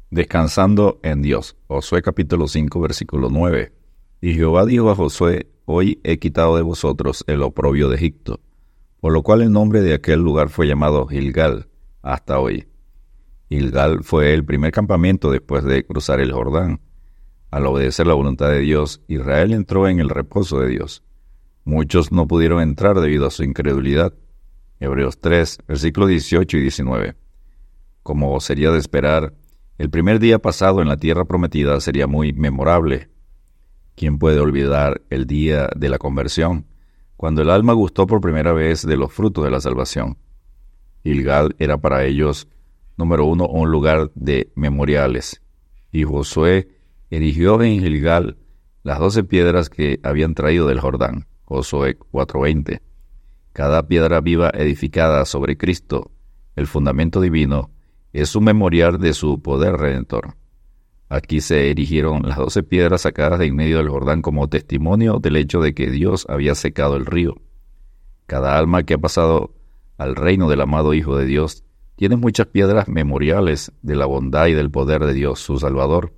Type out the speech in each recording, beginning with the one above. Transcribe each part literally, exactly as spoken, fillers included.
Descansando en Dios. Josué capítulo cinco, versículo nueve. Y Jehová dijo a Josué: Hoy he quitado de vosotros el oprobio de Egipto, por lo cual el nombre de aquel lugar fue llamado Gilgal hasta hoy. Gilgal fue el primer campamento después de cruzar el Jordán. Al obedecer la voluntad de Dios, Israel entró en el reposo de Dios. Muchos no pudieron entrar debido a su incredulidad. Hebreos tres, versículos dieciocho y diecinueve. Como sería de esperar, el primer día pasado en la tierra prometida sería muy memorable. ¿Quién puede olvidar el día de la conversión, cuando el alma gustó por primera vez de los frutos de la salvación? Gilgal era para ellos, número uno, un lugar de memoriales. Y Josué erigió en Gilgal las doce piedras que habían traído del Jordán. Josué cuatro veinte. Cada piedra viva edificada sobre Cristo, el fundamento divino, es un memorial de su poder redentor. Aquí se erigieron las doce piedras sacadas de en medio del Jordán como testimonio del hecho de que Dios había secado el río. Cada alma que ha pasado al reino del amado Hijo de Dios tiene muchas piedras memoriales de la bondad y del poder de Dios, su Salvador.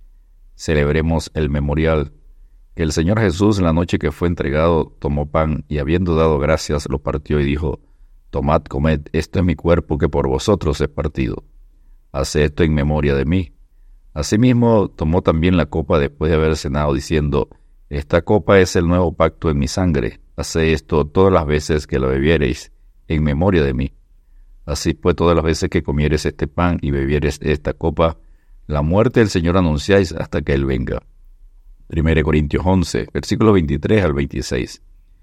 Celebremos el memorial que el Señor Jesús, en la noche que fue entregado, tomó pan y, habiendo dado gracias, lo partió y dijo: Tomad, comed, esto es mi cuerpo que por vosotros es partido. Haced esto en memoria de mí. Asimismo, tomó también la copa después de haber cenado, diciendo: Esta copa es el nuevo pacto en mi sangre. Haced esto todas las veces que la bebiereis, en memoria de mí. Así pues, todas las veces que comieres este pan y bebieres esta copa, la muerte del Señor anunciáis hasta que Él venga. Primera Corintios once, versículos veintitrés al veintiséis.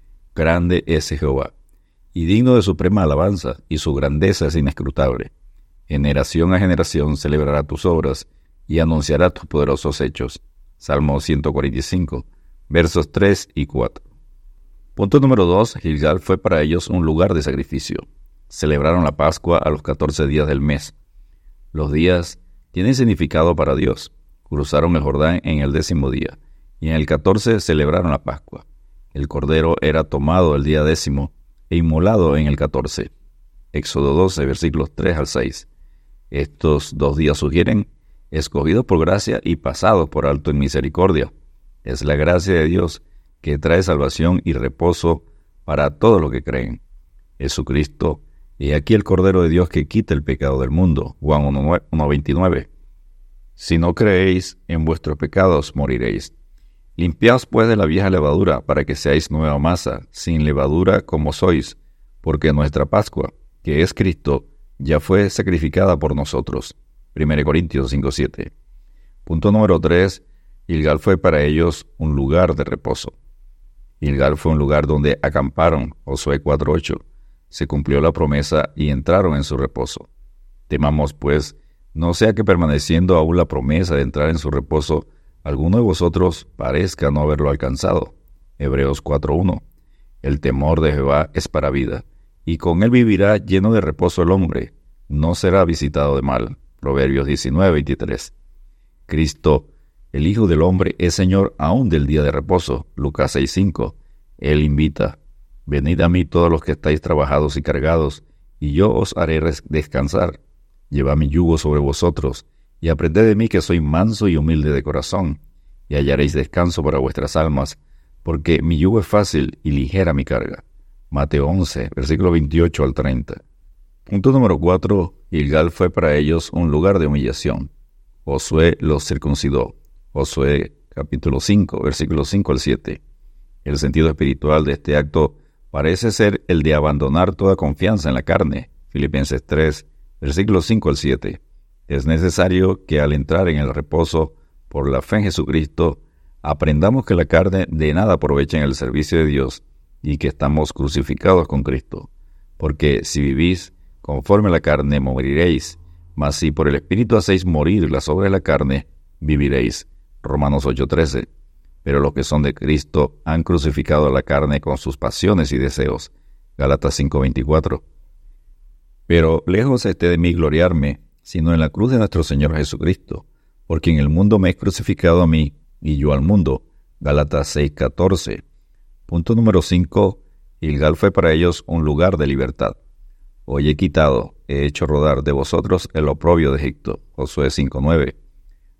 Grande es Jehová, y digno de suprema alabanza, y su grandeza es inescrutable. Generación a generación celebrará tus obras, y anunciará tus poderosos hechos. Salmo ciento cuarenta y cinco, versos tres y cuatro. Punto número dos. Gilgal fue para ellos un lugar de sacrificio. Celebraron la Pascua a los catorce días del mes. Los días tienen significado para Dios. Cruzaron el Jordán en el décimo día, y en el catorce celebraron la Pascua. El cordero era tomado el día décimo e inmolado en el catorce. Éxodo doce, versículos tres al seis. Estos dos días sugieren escogidos por gracia y pasados por alto en misericordia. Es la gracia de Dios que trae salvación y reposo para todos los que creen. Jesucristo, he aquí el Cordero de Dios que quita el pecado del mundo. Juan uno veintinueve. Si no creéis, en vuestros pecados moriréis. Limpiaos pues de la vieja levadura, para que seáis nueva masa, sin levadura como sois, porque nuestra Pascua, que es Cristo, ya fue sacrificada por nosotros. Primera Corintios cinco siete. Punto número tres. Gilgal fue para ellos un lugar de reposo. Gilgal fue un lugar donde acamparon. Josué cuatro ocho. Se cumplió la promesa y entraron en su reposo. Temamos, pues, no sea que permaneciendo aún la promesa de entrar en su reposo, alguno de vosotros parezca no haberlo alcanzado. Hebreos cuatro uno. El temor de Jehová es para vida, y con él vivirá lleno de reposo el hombre, no será visitado de mal. Proverbios diecinueve veintitrés. Cristo, el Hijo del Hombre, es Señor aún del día de reposo. Lucas seis cinco. Él invita: Venid a mí todos los que estáis trabajados y cargados, y yo os haré descansar. Llevad mi yugo sobre vosotros, y aprended de mí que soy manso y humilde de corazón, y hallaréis descanso para vuestras almas, porque mi yugo es fácil y ligera mi carga. Mateo once, versículo veintiocho al treinta. Punto número cuatro. Gilgal fue para ellos un lugar de humillación. Josué los circuncidó. Josué capítulo cinco, versículos cinco al siete. El sentido espiritual de este acto parece ser el de abandonar toda confianza en la carne. Filipenses tres, versículos cinco al siete. Es necesario que al entrar en el reposo por la fe en Jesucristo, aprendamos que la carne de nada aprovecha en el servicio de Dios y que estamos crucificados con Cristo. Porque si vivís conforme a la carne, moriréis, mas si por el Espíritu hacéis morir las obras de la carne, viviréis. Romanos ocho trece. Pero los que son de Cristo han crucificado a la carne con sus pasiones y deseos. Gálatas cinco veinticuatro. Pero lejos esté de mí gloriarme, sino en la cruz de nuestro Señor Jesucristo, porque en el mundo me he crucificado a mí, y yo al mundo. Gálatas seis catorce. Punto número cinco. Gilgal fue para ellos un lugar de libertad. Hoy he quitado, he hecho rodar de vosotros el oprobio de Egipto. Josué cinco nueve.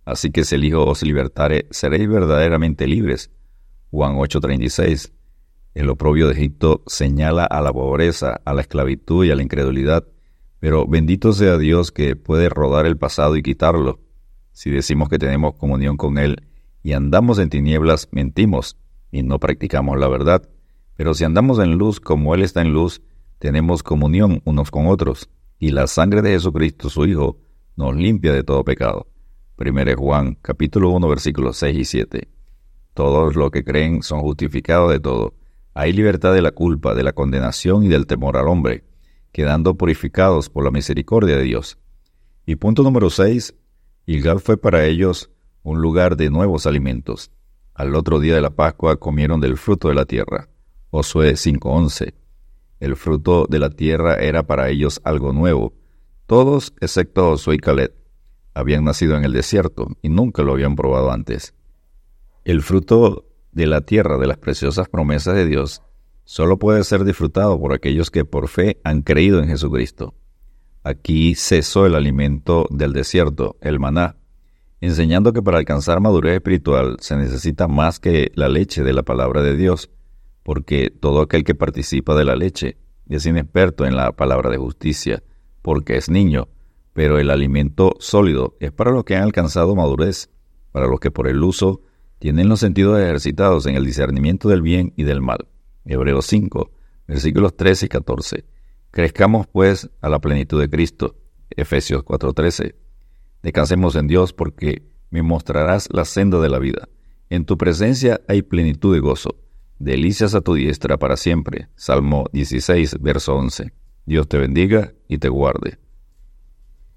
Así que si el Hijo os libertare, seréis verdaderamente libres. Juan ocho treinta y seis. El oprobio de Egipto señala a la pobreza, a la esclavitud y a la incredulidad, pero bendito sea Dios que puede rodar el pasado y quitarlo. Si decimos que tenemos comunión con Él y andamos en tinieblas, mentimos y no practicamos la verdad. Pero si andamos en luz como Él está en luz, tenemos comunión unos con otros, y la sangre de Jesucristo, su Hijo, nos limpia de todo pecado. Primero Juan, capítulo uno, versículos seis y siete. Todos los que creen son justificados de todo. Hay libertad de la culpa, de la condenación y del temor al hombre, quedando purificados por la misericordia de Dios. Y punto número seis, Gilgal fue para ellos un lugar de nuevos alimentos. Al otro día de la Pascua comieron del fruto de la tierra. Josué cinco once. El fruto de la tierra era para ellos algo nuevo. Todos, excepto Josué y Caleb, habían nacido en el desierto y nunca lo habían probado antes. El fruto de la tierra de las preciosas promesas de Dios solo puede ser disfrutado por aquellos que por fe han creído en Jesucristo. Aquí cesó el alimento del desierto, el maná, enseñando que para alcanzar madurez espiritual se necesita más que la leche de la palabra de Dios, porque todo aquel que participa de la leche es inexperto en la palabra de justicia, porque es niño, pero el alimento sólido es para los que han alcanzado madurez, para los que por el uso tienen los sentidos ejercitados en el discernimiento del bien y del mal. Hebreos cinco, versículos trece y catorce. Crezcamos pues a la plenitud de Cristo. Efesios cuatro trece. Descansemos en Dios porque me mostrarás la senda de la vida. En tu presencia hay plenitud de gozo. Delicias a tu diestra para siempre. Salmo dieciséis, verso once. Dios te bendiga y te guarde.